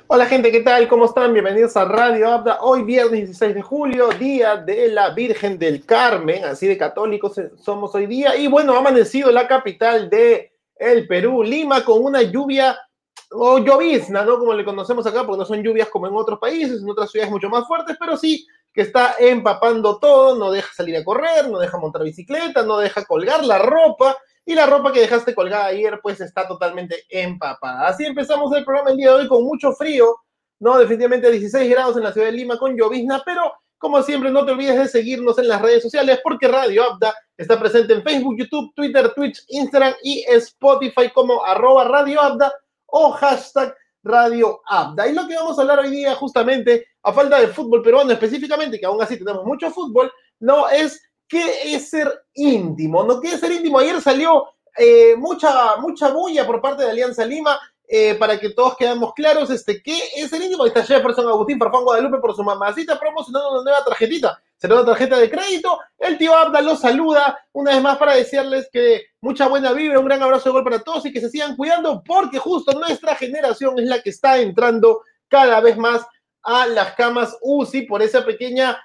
Hola gente, ¿qué tal? ¿Cómo están? Bienvenidos a Radio Abda. Hoy viernes 16 de julio, día de la Virgen del Carmen, así de católicos somos hoy día. Y bueno, ha amanecido la capital de el Perú, Lima, con una lluvia o llovizna, ¿no? Como le conocemos acá, porque no son lluvias como en otros países, en otras ciudades mucho más fuertes, pero sí que está empapando todo, no deja salir a correr, no deja montar bicicleta, no deja colgar la ropa, y la ropa que dejaste colgada ayer pues está totalmente empapada. Así empezamos el programa el día de hoy con mucho frío, ¿no? Definitivamente 16 grados en la ciudad de Lima con llovizna, pero como siempre no te olvides de seguirnos en las redes sociales porque Radio Abda está presente en Facebook, YouTube, Twitter, Twitch, Instagram y Spotify como @Radio Abda o hashtag Radio Abda. Y lo que vamos a hablar hoy día justamente, a falta de fútbol peruano específicamente, que aún así tenemos mucho fútbol, no es ¿qué es ser íntimo? ¿No? ¿Qué es ser íntimo? Ayer salió mucha bulla por parte de Alianza Lima, para que todos quedamos claros, ¿qué es ser íntimo? Ahí está Jefferson Agustín Farfán Guadalupe por su mamacita promocionando una nueva tarjetita. Será una tarjeta de crédito. El tío Abda los saluda una vez más para decirles que mucha buena vibra, un gran abrazo de gol para todos y que se sigan cuidando porque justo nuestra generación es la que está entrando cada vez más a las camas UCI por esa pequeña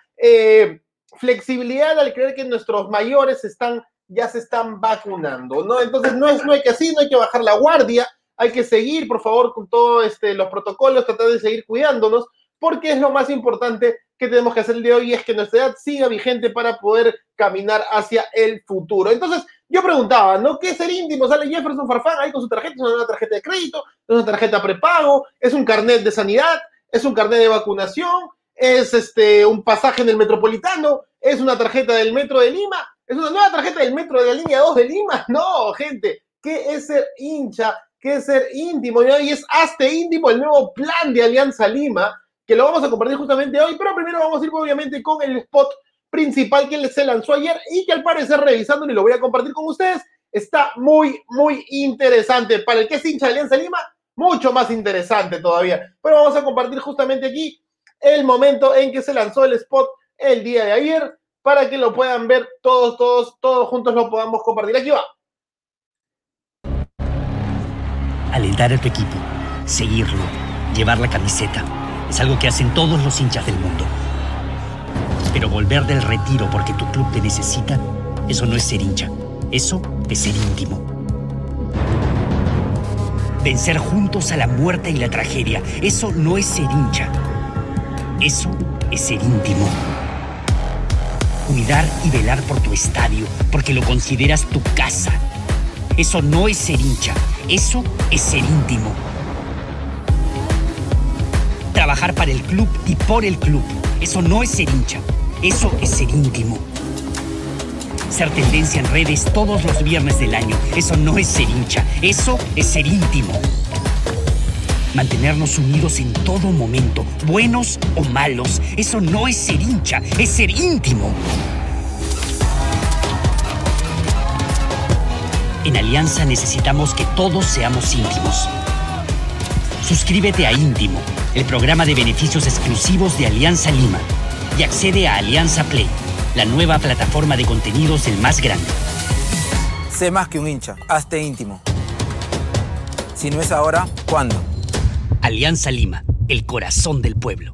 flexibilidad al creer que nuestros mayores ya se están vacunando, ¿no? Entonces no hay que así, no hay que bajar la guardia, hay que seguir, por favor, con todos los protocolos, tratar de seguir cuidándonos, porque es lo más importante que tenemos que hacer el día de hoy, es que nuestra edad siga vigente para poder caminar hacia el futuro. Entonces, yo preguntaba, ¿no? ¿Qué es ser íntimo? Sale Jefferson Farfán ahí con su tarjeta, es una tarjeta de crédito, es una tarjeta prepago, es un carnet de sanidad, es un carnet de vacunación, es un pasaje en el Metropolitano, es una tarjeta del Metro de Lima, es una nueva tarjeta del Metro de la línea 2 de Lima. No, gente, ¿qué es ser hincha? ¿Qué es ser íntimo? Y es Hazte Íntimo, el nuevo plan de Alianza Lima, que lo vamos a compartir justamente hoy, pero primero vamos a ir obviamente con el spot principal que se lanzó ayer y que al parecer revisándolo y lo voy a compartir con ustedes, está muy, muy interesante. Para el que es hincha de Alianza Lima, mucho más interesante todavía. Pero vamos a compartir justamente aquí el momento en que se lanzó el spot el día de ayer para que lo puedan ver todos juntos, lo podamos compartir. Aquí va. Alentar a tu equipo, seguirlo, llevar la camiseta, es algo que hacen todos los hinchas del mundo. Pero volver del retiro porque tu club te necesita, eso no es ser hincha, eso es ser íntimo. Vencer juntos a la muerte y la tragedia, eso no es ser hincha, eso es ser íntimo. Cuidar y velar por tu estadio porque lo consideras tu casa, eso no es ser hincha, eso es ser íntimo. Trabajar para el club y por el club, eso no es ser hincha, eso es ser íntimo. Ser tendencia en redes todos los viernes del año, eso no es ser hincha, eso es ser íntimo. Mantenernos unidos en todo momento, buenos o malos, eso no es ser hincha, es ser íntimo. En Alianza necesitamos que todos seamos íntimos. Suscríbete a Íntimo, el programa de beneficios exclusivos de Alianza Lima, y accede a Alianza Play, la nueva plataforma de contenidos del más grande. Sé más que un hincha, hazte íntimo. Si no es ahora, ¿cuándo? Alianza Lima, el corazón del pueblo.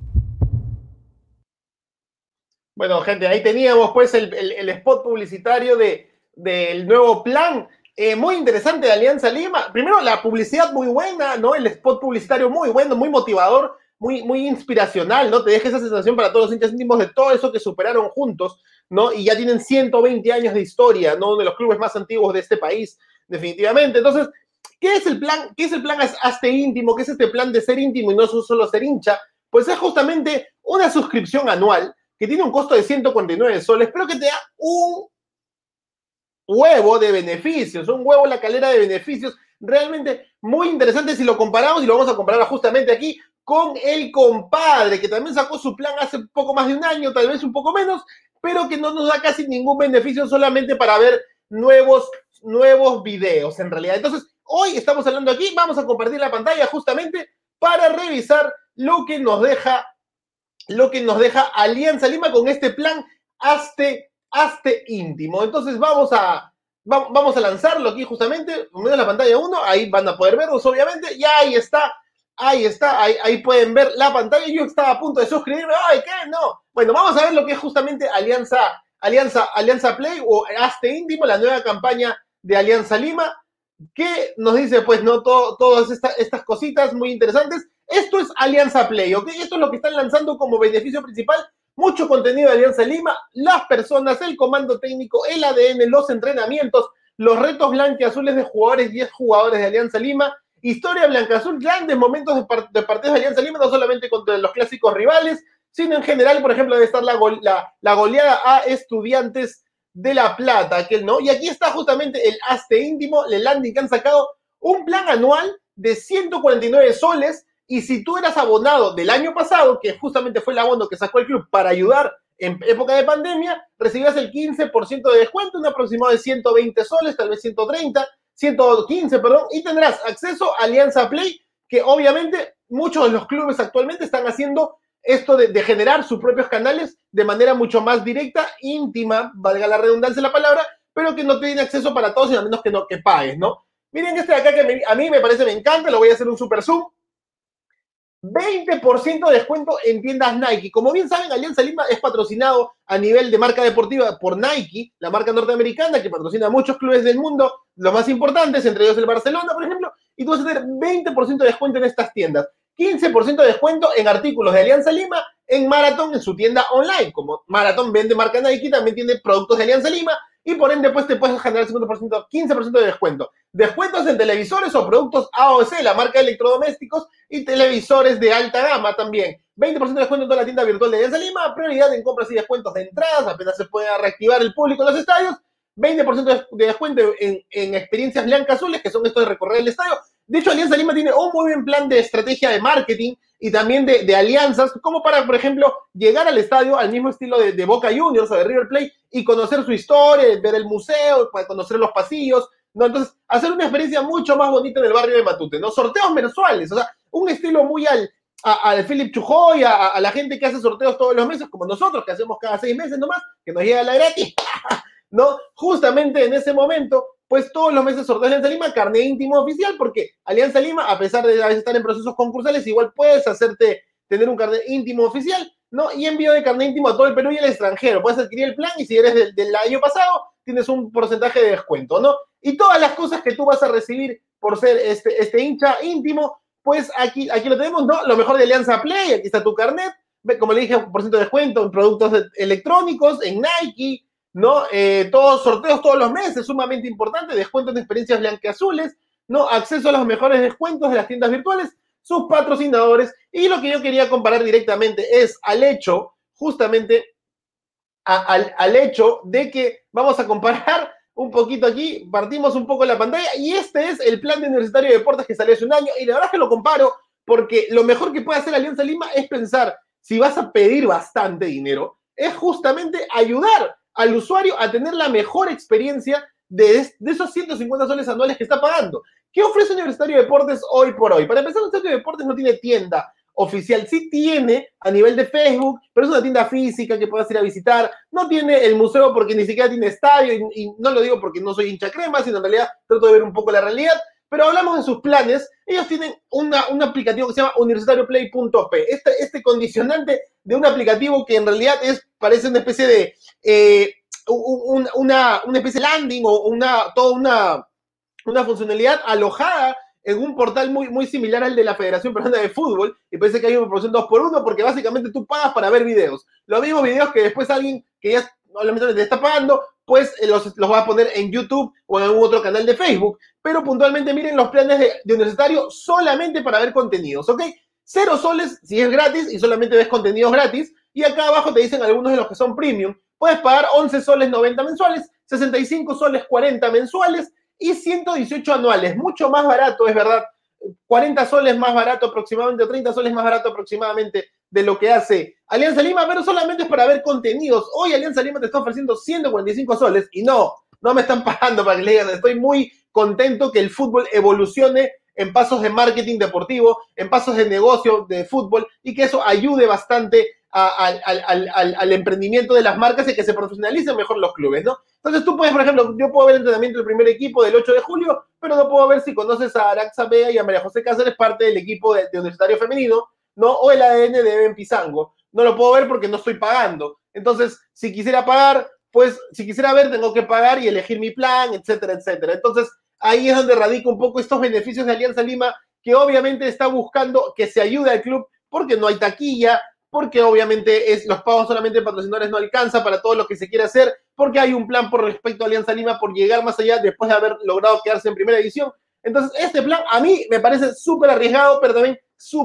Bueno, gente, ahí teníamos pues el spot publicitario del nuevo plan. Muy interesante de Alianza Lima. Primero, la publicidad muy buena, ¿no? El spot publicitario muy bueno, muy motivador, muy inspiracional, ¿no? Te deja esa sensación para todos los hinchas íntimos de todo eso que superaron juntos, ¿no? Y ya tienen 120 años de historia, ¿no? Uno de los clubes más antiguos de este país, definitivamente. Entonces, ¿qué es el plan? ¿Qué es el plan Hazte Íntimo? ¿Qué es este plan de ser íntimo y no solo ser hincha? Pues es justamente una suscripción anual que tiene un costo de 149 soles, pero que te da un huevo de beneficios, un huevo en la calera de beneficios realmente muy interesante si lo comparamos, y lo vamos a comparar justamente aquí con el compadre, que también sacó su plan hace poco más de un año, tal vez un poco menos, pero que no nos da casi ningún beneficio solamente para ver nuevos videos en realidad. Entonces, hoy estamos hablando aquí, vamos a compartir la pantalla justamente para revisar lo que nos deja Alianza Lima con este plan Hazte Íntimo. Entonces vamos a lanzarlo aquí justamente, menos la pantalla 1, ahí van a poder verlos obviamente, y ahí está Ahí está, ahí pueden ver la pantalla. Yo estaba a punto de suscribirme. ¡Ay, qué! No. Bueno, vamos a ver lo que es justamente Alianza Play o Hazte Íntimo, la nueva campaña de Alianza Lima, que nos dice, pues, no, todas estas cositas muy interesantes. Esto es Alianza Play, ¿ok? Esto es lo que están lanzando como beneficio principal. Mucho contenido de Alianza Lima, las personas, el comando técnico, el ADN, los entrenamientos, los retos blanquiazules de jugadores y exjugadores de Alianza Lima, historia blanquiazul, grandes momentos de partidos de Alianza Lima, no solamente contra los clásicos rivales, sino en general. Por ejemplo, debe estar la goleada a Estudiantes de La Plata, aquel, ¿no? Y aquí está justamente el Hazte Íntimo, el landing que han sacado, un plan anual de 149 soles, y si tú eras abonado del año pasado, que justamente fue el abono que sacó el club para ayudar en época de pandemia, recibías el 15% de descuento, un aproximado de 120 soles, tal vez 115, y tendrás acceso a Alianza Play, que obviamente muchos de los clubes actualmente están haciendo esto de generar sus propios canales de manera mucho más directa, íntima, valga la redundancia de la palabra, pero que no tiene acceso para todos, y a menos que pagues, ¿no? Miren este de acá que a mí me parece, me encanta, lo voy a hacer un super zoom. 20% de descuento en tiendas Nike. Como bien saben, Alianza Lima es patrocinado a nivel de marca deportiva por Nike, la marca norteamericana que patrocina a muchos clubes del mundo, los más importantes, entre ellos el Barcelona, por ejemplo, y tú vas a tener 20% de descuento en estas tiendas. 15% de descuento en artículos de Alianza Lima en Marathon, en su tienda online. Como Marathon vende marca Nike, también tiene productos de Alianza Lima, y por ende pues te puedes generar 50%, 15% de descuento. Descuentos en televisores o productos AOC, la marca de electrodomésticos, y televisores de alta gama también. 20% de descuento en toda la tienda virtual de Alianza Lima, prioridad en compras y descuentos de entradas, apenas se pueda reactivar el público en los estadios. 20% de descuento en experiencias blanquiazules, que son estos de recorrer el estadio. De hecho, Alianza Lima tiene un muy buen plan de estrategia de marketing y también de alianzas, como para, por ejemplo, llegar al estadio al mismo estilo de Boca Juniors o de River Plate y conocer su historia, ver el museo, para conocer los pasillos, ¿no? Entonces, hacer una experiencia mucho más bonita en el barrio de Matute, ¿no? Sorteos mensuales, o sea, un estilo muy al Philip Chujoy, a la gente que hace sorteos todos los meses, como nosotros, que hacemos cada 6 meses nomás, que nos llega la gratis, ¿no? Justamente en ese momento, pues todos los meses sorteos de Alianza Lima, carnet íntimo oficial, porque Alianza Lima, a pesar de a veces estar en procesos concursales, igual puedes tener un carnet íntimo oficial, ¿no? Y envío de carnet íntimo a todo el Perú y al extranjero. Puedes adquirir el plan y si eres del año pasado, tienes un porcentaje de descuento, ¿no? Y todas las cosas que tú vas a recibir por ser este hincha íntimo, pues aquí lo tenemos, ¿no? Lo mejor de Alianza Play, aquí está tu carnet, como le dije, un por ciento de descuento en productos electrónicos, en Nike, ¿no? Todos sorteos todos los meses, sumamente importante, descuentos de experiencias blanquiazules, ¿no? Acceso a los mejores descuentos de las tiendas virtuales, sus patrocinadores, y lo que yo quería comparar directamente es al hecho, justamente, al hecho de que vamos a comparar un poquito aquí, partimos un poco la pantalla, y este es el plan de Universitario de Deportes que salió hace un año, y la verdad es que lo comparo, porque lo mejor que puede hacer Alianza Lima es pensar, si vas a pedir bastante dinero, es justamente ayudar al usuario a tener la mejor experiencia de esos 150 soles anuales que está pagando. ¿Qué ofrece Universitario de Deportes hoy por hoy? Para empezar, Universitario de Deportes no tiene tienda oficial, sí tiene a nivel de Facebook, pero es una tienda física que puedas ir a visitar. No tiene el museo porque ni siquiera tiene estadio, y no lo digo porque no soy hincha crema, sino en realidad trato de ver un poco la realidad. Pero hablamos de sus planes. Ellos tienen un aplicativo que se llama universitarioplay.p. Este condicionante de un aplicativo que en realidad parece una especie de una especie de landing o toda una funcionalidad alojada en un portal muy, muy similar al de la Federación Peruana de Fútbol, y parece que hay una promoción 2x1 porque básicamente tú pagas para ver videos. Los mismos videos que después alguien que ya obviamente te está pagando, pues los va a poner en YouTube o en algún otro canal de Facebook. Pero puntualmente miren los planes de Universitario solamente para ver contenidos, ¿ok? 0 soles si es gratis y solamente ves contenidos gratis. Y acá abajo te dicen algunos de los que son premium. Puedes pagar 11 soles 90 mensuales, 65 soles 40 mensuales y 118 anuales. Mucho más barato, es verdad. 40 soles más barato aproximadamente, o 30 soles más barato aproximadamente de lo que hace Alianza Lima, pero solamente es para ver contenidos. Hoy Alianza Lima te está ofreciendo 145 soles y no me están pagando para que le digan. Estoy muy contento que el fútbol evolucione en pasos de marketing deportivo, en pasos de negocio de fútbol, y que eso ayude bastante al emprendimiento de las marcas y que se profesionalicen mejor los clubes, ¿no? Entonces tú puedes, por ejemplo, yo puedo ver el entrenamiento del primer equipo del 8 de julio, pero no puedo ver si conoces a Araxa Vega y a María José Cáceres, parte del equipo de Universitario Femenino, ¿no? O el ADN de Ben Pizango. No lo puedo ver porque no estoy pagando. Entonces, si quisiera pagar, pues, si quisiera ver, tengo que pagar y elegir mi plan, etcétera, etcétera. Entonces, ahí es donde radica un poco estos beneficios de Alianza Lima, que obviamente está buscando que se ayude al club porque no hay taquilla, porque obviamente los pagos solamente de patrocinadores no alcanza para todo lo que se quiere hacer, porque hay un plan por respecto a Alianza Lima por llegar más allá después de haber logrado quedarse en primera división. Entonces, este plan a mí me parece súper arriesgado, pero también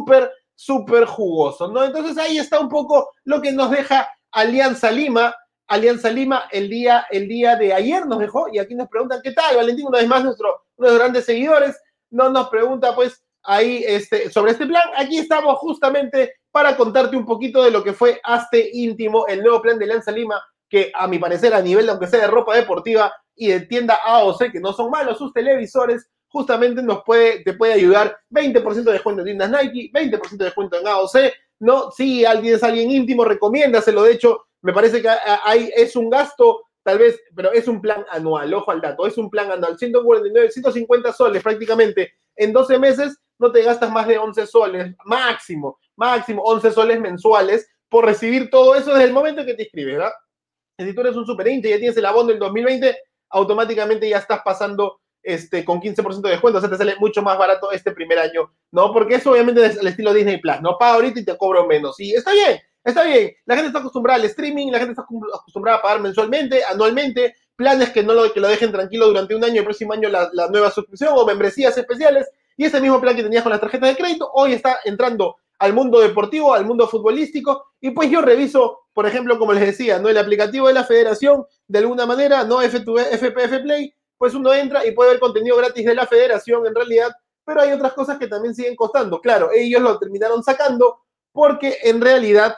súper jugoso, ¿no? Entonces, ahí está un poco lo que nos deja Alianza Lima. Alianza Lima el día de ayer nos dejó, y aquí nos preguntan, ¿qué tal? Valentín, una vez más, uno de los grandes seguidores, nos pregunta, pues, ahí sobre este plan. Aquí estamos justamente para contarte un poquito de lo que fue Hazte Íntimo, el nuevo plan de Alianza Lima, que a mi parecer, a nivel, aunque sea de ropa deportiva y de tienda AOC, que no son malos sus televisores, justamente te puede ayudar. 20% de descuento en tiendas Nike, 20% de descuento en AOC, ¿no? Si alguien es alguien íntimo, recomiéndaselo. De hecho, me parece que es un gasto, tal vez, pero es un plan anual, ojo al dato, es un plan anual, 149, 150 soles prácticamente en 12 meses, no te gastas más de 11 soles, máximo 11 soles mensuales por recibir todo eso desde el momento en que te inscribes, ¿verdad? Si tú eres un super hincha y ya tienes el abono del 2020, automáticamente ya estás pasando con 15% de descuento, o sea, te sale mucho más barato este primer año, ¿no? Porque eso obviamente es el estilo Disney Plus, no paga ahorita y te cobro menos, y está bien, la gente está acostumbrada al streaming, la gente está acostumbrada a pagar mensualmente, anualmente, planes que lo dejen tranquilo durante un año, el próximo año la nueva suscripción o membresías especiales, y ese mismo plan que tenías con las tarjetas de crédito, hoy está entrando al mundo deportivo, al mundo futbolístico, y pues yo reviso, por ejemplo, como les decía, ¿no? El aplicativo de la federación, de alguna manera, ¿no? FPF Play, pues uno entra y puede ver contenido gratis de la federación en realidad, pero hay otras cosas que también siguen costando. Claro, ellos lo terminaron sacando porque en realidad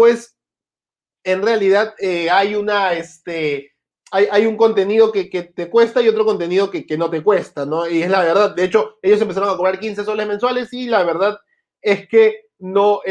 hay un contenido que te cuesta y otro contenido que no te cuesta, ¿no? Y es la verdad. De hecho, ellos empezaron a cobrar 15 soles mensuales y la verdad es que no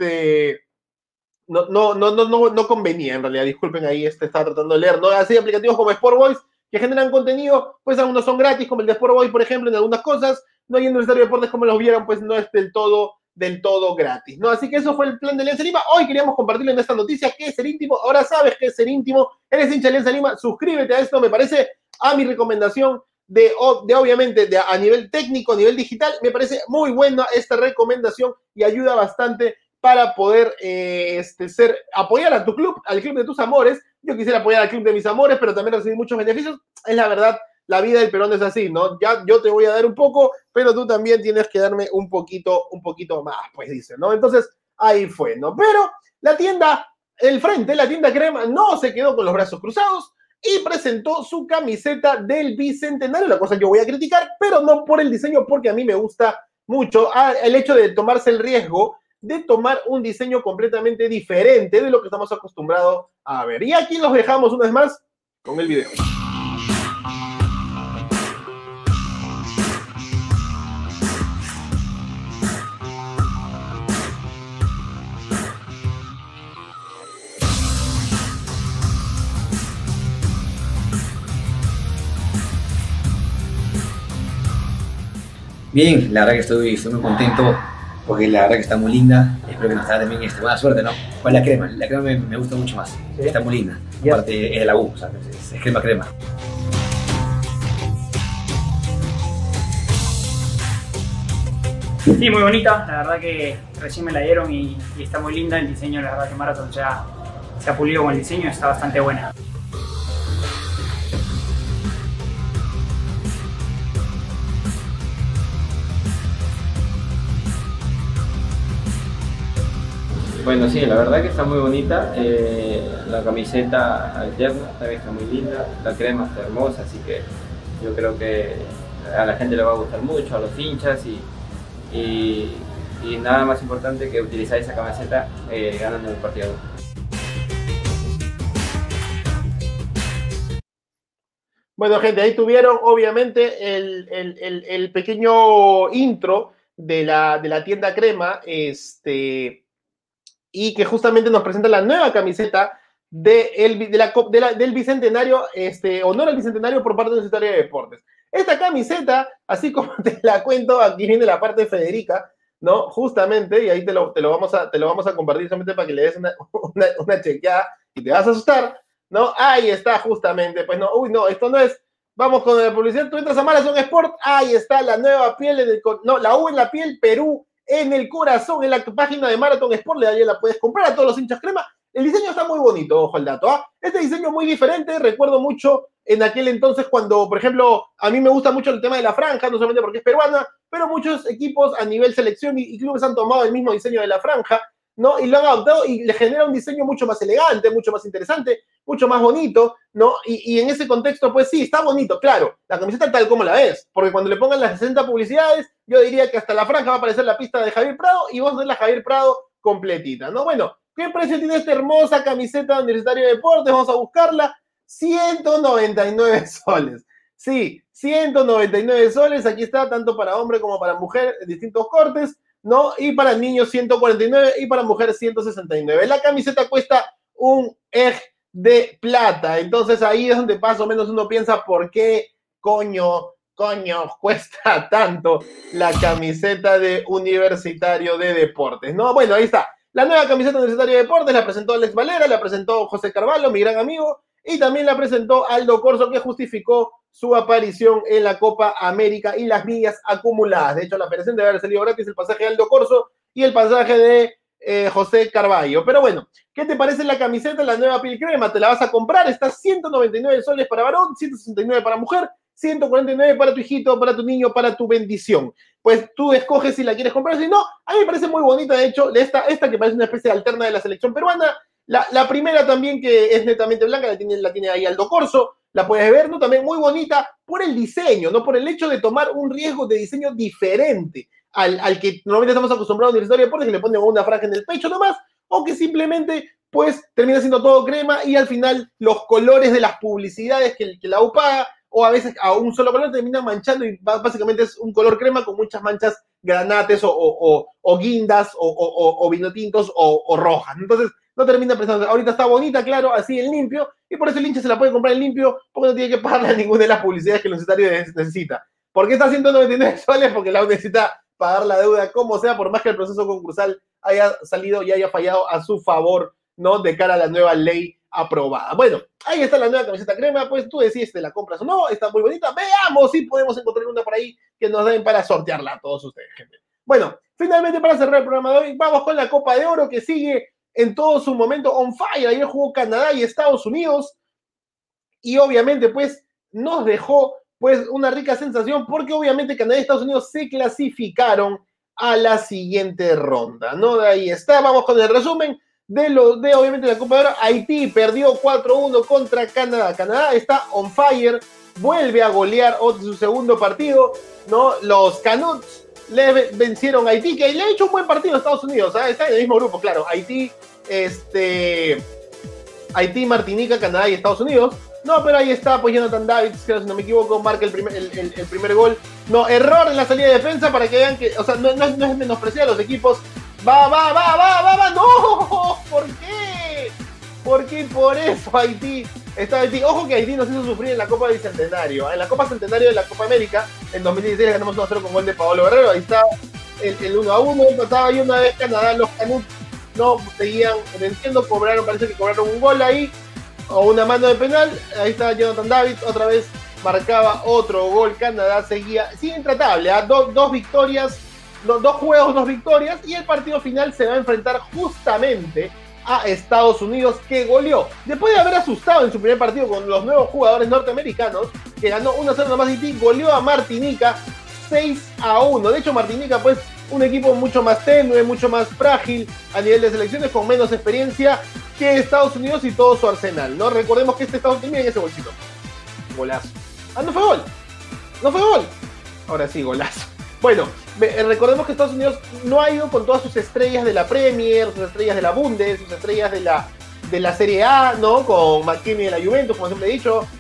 convenía en realidad. Disculpen, ahí estaba tratando de leer, ¿no? Así aplicativos como Sport Boys que generan contenido, pues algunos son gratis, como el de Sport Boys, por ejemplo, en algunas cosas, no hay Universitario de Deportes como los vieron, pues no es del todo gratis, ¿no? Así que eso fue el plan de Alianza Lima. Hoy queríamos compartirlo en esta noticia, ¿qué es ser íntimo? Ahora sabes qué es ser íntimo, eres hincha de Alianza Lima, suscríbete a esto, me parece, a mi recomendación obviamente, a nivel técnico, a nivel digital, me parece muy buena esta recomendación y ayuda bastante para poder apoyar a tu club, al club de tus amores. Yo quisiera apoyar al club de mis amores, pero también recibir muchos beneficios. Es la verdad, la vida del Perón es así, ¿no? Ya yo te voy a dar un poco, pero tú también tienes que darme un poquito más, pues dice, ¿no? Entonces, ahí fue, ¿no? Pero la tienda Crema, no se quedó con los brazos cruzados y presentó su camiseta del Bicentenario, la cosa que yo voy a criticar, pero no por el diseño, porque a mí me gusta mucho el hecho de tomarse el riesgo de tomar un diseño completamente diferente de lo que estamos acostumbrados a ver. Y aquí los dejamos una vez más con el video. Bien, la verdad que estoy muy contento porque la verdad que está muy linda. Espero que nos traiga también buena suerte, ¿no? Con la crema me gusta mucho más. ¿Sí? Está muy linda. Yes. Aparte es de la U, ¿sabes? Es crema. Sí, muy bonita, la verdad que recién me la dieron y está muy linda. El diseño, la verdad que Marathon se ha pulido con el diseño, está bastante buena. Bueno, sí, la verdad que está muy bonita, la camiseta alterna también está muy linda, la crema está hermosa, así que yo creo que a la gente le va a gustar mucho, a los hinchas y nada más importante que utilizar esa camiseta ganando el partido. Bueno, gente, ahí tuvieron obviamente el pequeño intro de la tienda Crema, y que justamente nos presenta la nueva camiseta del Bicentenario, honor al Bicentenario por parte de Universitario de Deportes. Esta camiseta, así como te la cuento, aquí viene la parte de Federica, ¿no? Justamente, y ahí te lo vamos a compartir solamente para que le des una chequeada y te vas a asustar, ¿no? Ahí está, justamente, pues no, uy, no, esto no es, vamos con la publicidad, tú entras a Marathon Sport, ahí está la nueva piel, la U en la piel, Perú en el corazón, en la página de Marathon Sport, ahí la puedes comprar a todos los hinchas crema. El diseño está muy bonito, ojo al dato, ¿ah? Este diseño muy diferente, recuerdo mucho en aquel entonces cuando, por ejemplo, a mí me gusta mucho el tema de la franja, no solamente porque es peruana, pero muchos equipos a nivel selección y clubes han tomado el mismo diseño de la franja, ¿no? Y lo han adoptado y le genera un diseño mucho más elegante, mucho más interesante, mucho más bonito, ¿no? Y en ese contexto, pues sí, está bonito, claro, la camiseta tal como la ves, porque cuando le pongan las 60 publicidades, yo diría que hasta la franja va a aparecer la pista de Javier Prado y vos ves la Javier Prado completita, ¿no? Bueno, ¿qué precio tiene esta hermosa camiseta de Universitario de Deportes? Vamos a buscarla. 199 soles. Sí, 199 soles. Aquí está, tanto para hombre como para mujer, en distintos cortes, ¿no? Y para niños 149 y para mujeres 169. La camiseta cuesta un ej de plata. Entonces ahí es donde más o menos uno piensa por qué coño cuesta tanto la camiseta de Universitario de Deportes, ¿no? Bueno, ahí está. La nueva camiseta de Universitario de Deportes la presentó Alex Valera, la presentó José Carvalho, mi gran amigo, y también la presentó Aldo Corso, que justificó su aparición en la Copa América y las millas acumuladas. De hecho, la federación debe haber salido gratis el pasaje de Aldo Corso y el pasaje de José Carvalho. Pero bueno, ¿qué te parece la camiseta, la nueva piel crema? ¿Te la vas a comprar? Está 199 soles para varón, 169 para mujer, 149 para tu hijito, para tu niño, para tu bendición. Pues tú escoges si la quieres comprar, si no, a mí me parece muy bonita, de hecho, esta que parece una especie de alterna de la selección peruana. La primera también, que es netamente blanca, la tiene ahí Aldo Corso, la puedes ver, ¿no? También muy bonita por el diseño, ¿no? Por el hecho de tomar un riesgo de diseño diferente al que normalmente estamos acostumbrados en el Historia de Deportes, que le ponen una franja en el pecho nomás, o que simplemente, pues, termina siendo todo crema y al final los colores de las publicidades que la U paga, o a veces a un solo color terminan manchando y básicamente es un color crema con muchas manchas granates o guindas o vinotintos o rojas. Entonces, no termina pensando, ahorita está bonita, claro, así en limpio, y por eso el hincha se la puede comprar en limpio, porque no tiene que pagarle a ninguna de las publicidades que el Universitario necesita. ¿Por qué está 199 soles? Porque la U necesita pagar la deuda como sea, por más que el proceso concursal haya salido y haya fallado a su favor, ¿no? De cara a la nueva ley aprobada. Bueno, ahí está la nueva camiseta crema, pues tú decides si te la compras o no, está muy bonita, veamos si podemos encontrar una por ahí que nos den para sortearla a todos ustedes, gente. Bueno, finalmente para cerrar el programa de hoy, vamos con la Copa de Oro que sigue en todo su momento on fire. Ayer jugó Canadá y Estados Unidos y obviamente pues nos dejó pues una rica sensación porque obviamente Canadá y Estados Unidos se clasificaron a la siguiente ronda, ¿no? Ahí está, vamos con el resumen de obviamente la Copa de Oro. Haití perdió 4-1 contra Canadá. Canadá está on fire, vuelve a golear su segundo partido, ¿no? Los Canucks le vencieron a Haití, que le ha hecho un buen partido a Estados Unidos, ¿sabes? Está en el mismo grupo, claro. Haití, Martinica, Canadá y Estados Unidos. No, pero ahí está, pues Jonathan David, que si no me equivoco, marca el primer gol. No, error en la salida de defensa para que vean que, o sea, no es menospreciar a los equipos. Va, no, ¿por qué? Porque por eso Haití está Haití. Ojo que Haití nos hizo sufrir en la Copa Bicentenario. En la Copa Centenario de la Copa América, en 2016 ganamos 1-0 con gol de Paolo Guerrero. Ahí está el 1-1, empataba ahí una vez Canadá, los Canucks no seguían venciendo, parece que cobraron un gol ahí, o una mano de penal. Ahí está Jonathan David, otra vez marcaba otro gol. Canadá seguía intratable, ¿eh? Dos victorias, dos juegos, 2 victorias, y el partido final se va a enfrentar justamente a Estados Unidos, que goleó, después de haber asustado en su primer partido con los nuevos jugadores norteamericanos, que ganó 1-0 nomás. Haití goleó a Martinica 6-1. De hecho, Martinica, pues, un equipo mucho más tenue, mucho más frágil a nivel de selecciones, con menos experiencia que Estados Unidos y todo su arsenal, ¿no? Recordemos que Estados Unidos, miren ese bolsito, golazo. No fue gol. Ahora sí, golazo. Bueno, recordemos que Estados Unidos no ha ido con todas sus estrellas de la Premier, sus estrellas de la Bundes, sus estrellas de la Serie A, ¿no? Con McKinney de la Juventus, como siempre he dicho,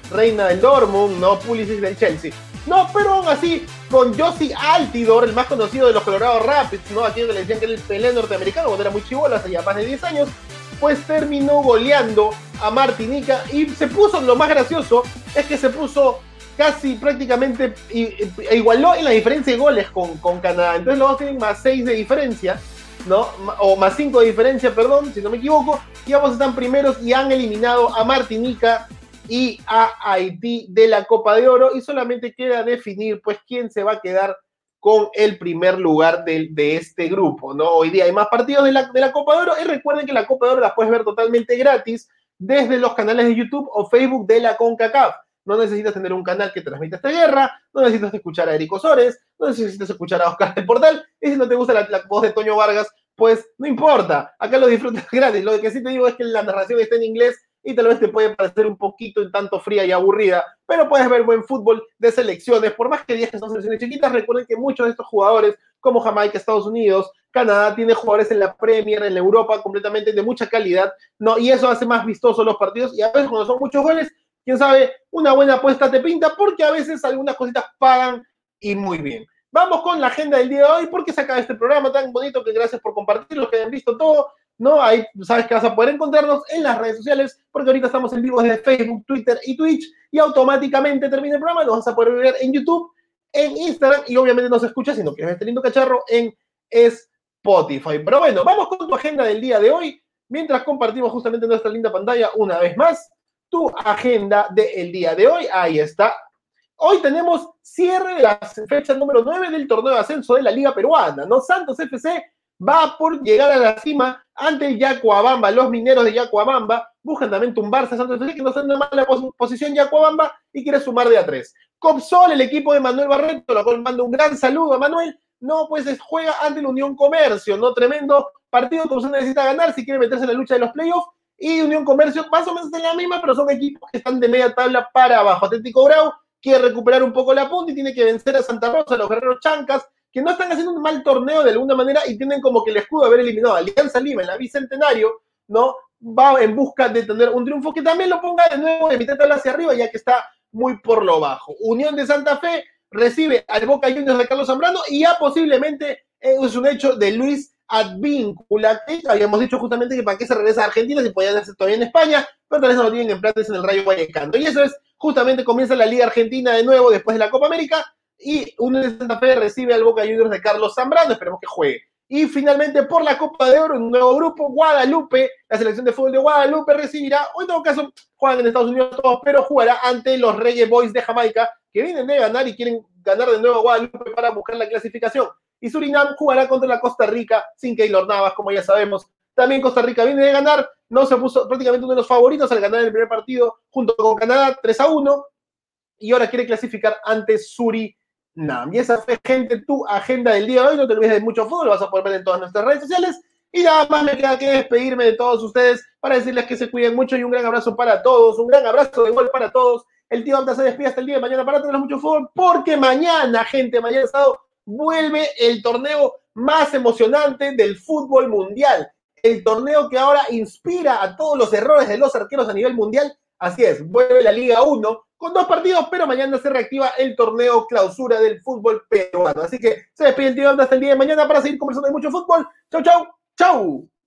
Reina del Dortmund, ¿no? Pulisic del Chelsea. No, pero aún así, con Josie Altidore, el más conocido de los Colorado Rapids, ¿no? Aquí le decían que era el Pelé norteamericano cuando era muy chibolo, hace ya más de 10 años, pues terminó goleando a Martinica y se puso, lo más gracioso es que se puso casi prácticamente igualó en la diferencia de goles con Canadá. Entonces los dos tienen más 6 de diferencia, ¿no? O más 5 de diferencia, perdón, si no me equivoco, y ambos están primeros y han eliminado a Martinica y a Haití de la Copa de Oro, y solamente queda definir pues quién se va a quedar con el primer lugar de este grupo, ¿no? Hoy día hay más partidos de la Copa de Oro, y recuerden que la Copa de Oro la puedes ver totalmente gratis desde los canales de YouTube o Facebook de la CONCACAF. No necesitas tener un canal que transmita esta guerra, no necesitas escuchar a Eric Osores, no necesitas escuchar a Oscar del Portal, y si no te gusta la voz de Toño Vargas, pues no importa, acá lo disfrutas gratis. Lo que sí te digo es que la narración está en inglés y tal vez te puede parecer un poquito en tanto fría y aburrida, pero puedes ver buen fútbol de selecciones, por más que digas que son selecciones chiquitas. Recuerden que muchos de estos jugadores, como Jamaica, Estados Unidos, Canadá, tiene jugadores en la Premier, en la Europa, completamente de mucha calidad, ¿no? Y eso hace más vistosos los partidos, y a veces cuando son muchos goles, quién sabe, una buena apuesta te pinta, porque a veces algunas cositas pagan y muy bien. Vamos con la agenda del día de hoy, porque se acaba este programa tan bonito que gracias por compartirlo, que hayan visto todo, ¿no? Ahí sabes que vas a poder encontrarnos en las redes sociales, porque ahorita estamos en vivo desde Facebook, Twitter y Twitch, y automáticamente termina el programa, lo vas a poder ver en YouTube, en Instagram, y obviamente no se escucha, sino que es este lindo cacharro en Spotify. Pero bueno, vamos con tu agenda del día de hoy, mientras compartimos justamente nuestra linda pantalla una vez más, tu agenda del día de hoy, ahí está. Hoy tenemos cierre de la fecha número 9 del torneo de ascenso de la Liga Peruana, ¿no? Santos FC va por llegar a la cima ante el Yacuabamba. Los mineros de Yacuabamba buscan también tumbarse a Santos FC, que no está en una mala posición Yacuabamba, y quiere sumar de a 3. Copsol, el equipo de Manuel Barreto, lo cual manda un gran saludo a Manuel, no, pues juega ante la Unión Comercio, ¿no? Tremendo partido, Copsol necesita ganar si quiere meterse en la lucha de los playoffs, y Unión Comercio más o menos en la misma, pero son equipos que están de media tabla para abajo. Atlético Grau quiere recuperar un poco la punta y tiene que vencer a Santa Rosa, a los Guerreros Chancas, que no están haciendo un mal torneo de alguna manera y tienen como que el escudo de haber eliminado a Alianza Lima en la Bicentenario, ¿no? Va en busca de tener un triunfo que también lo ponga de nuevo de mitad de tabla hacia arriba, ya que está muy por lo bajo. Unión de Santa Fe recibe al Boca Juniors de Carlos Zambrano, y ya posiblemente es un hecho de Luis Advíncula, que habíamos dicho justamente que para qué se regresa a Argentina si podían hacer todavía en España, pero tal vez no lo tienen en planes en el Rayo Vallecano. Y eso es, justamente comienza la Liga Argentina de nuevo después de la Copa América, y Unión de Santa Fe recibe al Boca Juniors de Carlos Zambrano, esperemos que juegue. Y finalmente por la Copa de Oro, un nuevo grupo, Guadalupe, la selección de fútbol de Guadalupe recibirá, o en todo caso juegan en Estados Unidos todos, pero jugará ante los Reggae Boys de Jamaica, que vienen de ganar y quieren ganar de nuevo a Guadalupe para buscar la clasificación. Y Surinam jugará contra la Costa Rica sin Keylor Navas, como ya sabemos. También Costa Rica viene de ganar, no se puso prácticamente uno de los favoritos al ganar el primer partido junto con Canadá 3-1, y ahora quiere clasificar ante Surinam. Y esa fue, gente, tu agenda del día de hoy. No te olvides de mucho fútbol, lo vas a poder ver en todas nuestras redes sociales. Y nada más me queda que despedirme de todos ustedes para decirles que se cuiden mucho, y un gran abrazo para todos, un gran abrazo de gol para todos. El tío Abda se despide hasta el día de mañana para tener mucho fútbol, porque mañana, gente, mañana sábado, vuelve el torneo más emocionante del fútbol mundial. El torneo que ahora inspira a todos los errores de los arqueros a nivel mundial. Así es, vuelve la Liga 1 con 2 partidos, pero mañana se reactiva el torneo clausura del fútbol peruano. Así que se despide el tío Abda hasta el día de mañana para seguir conversando de mucho fútbol. Chau, chau, chau.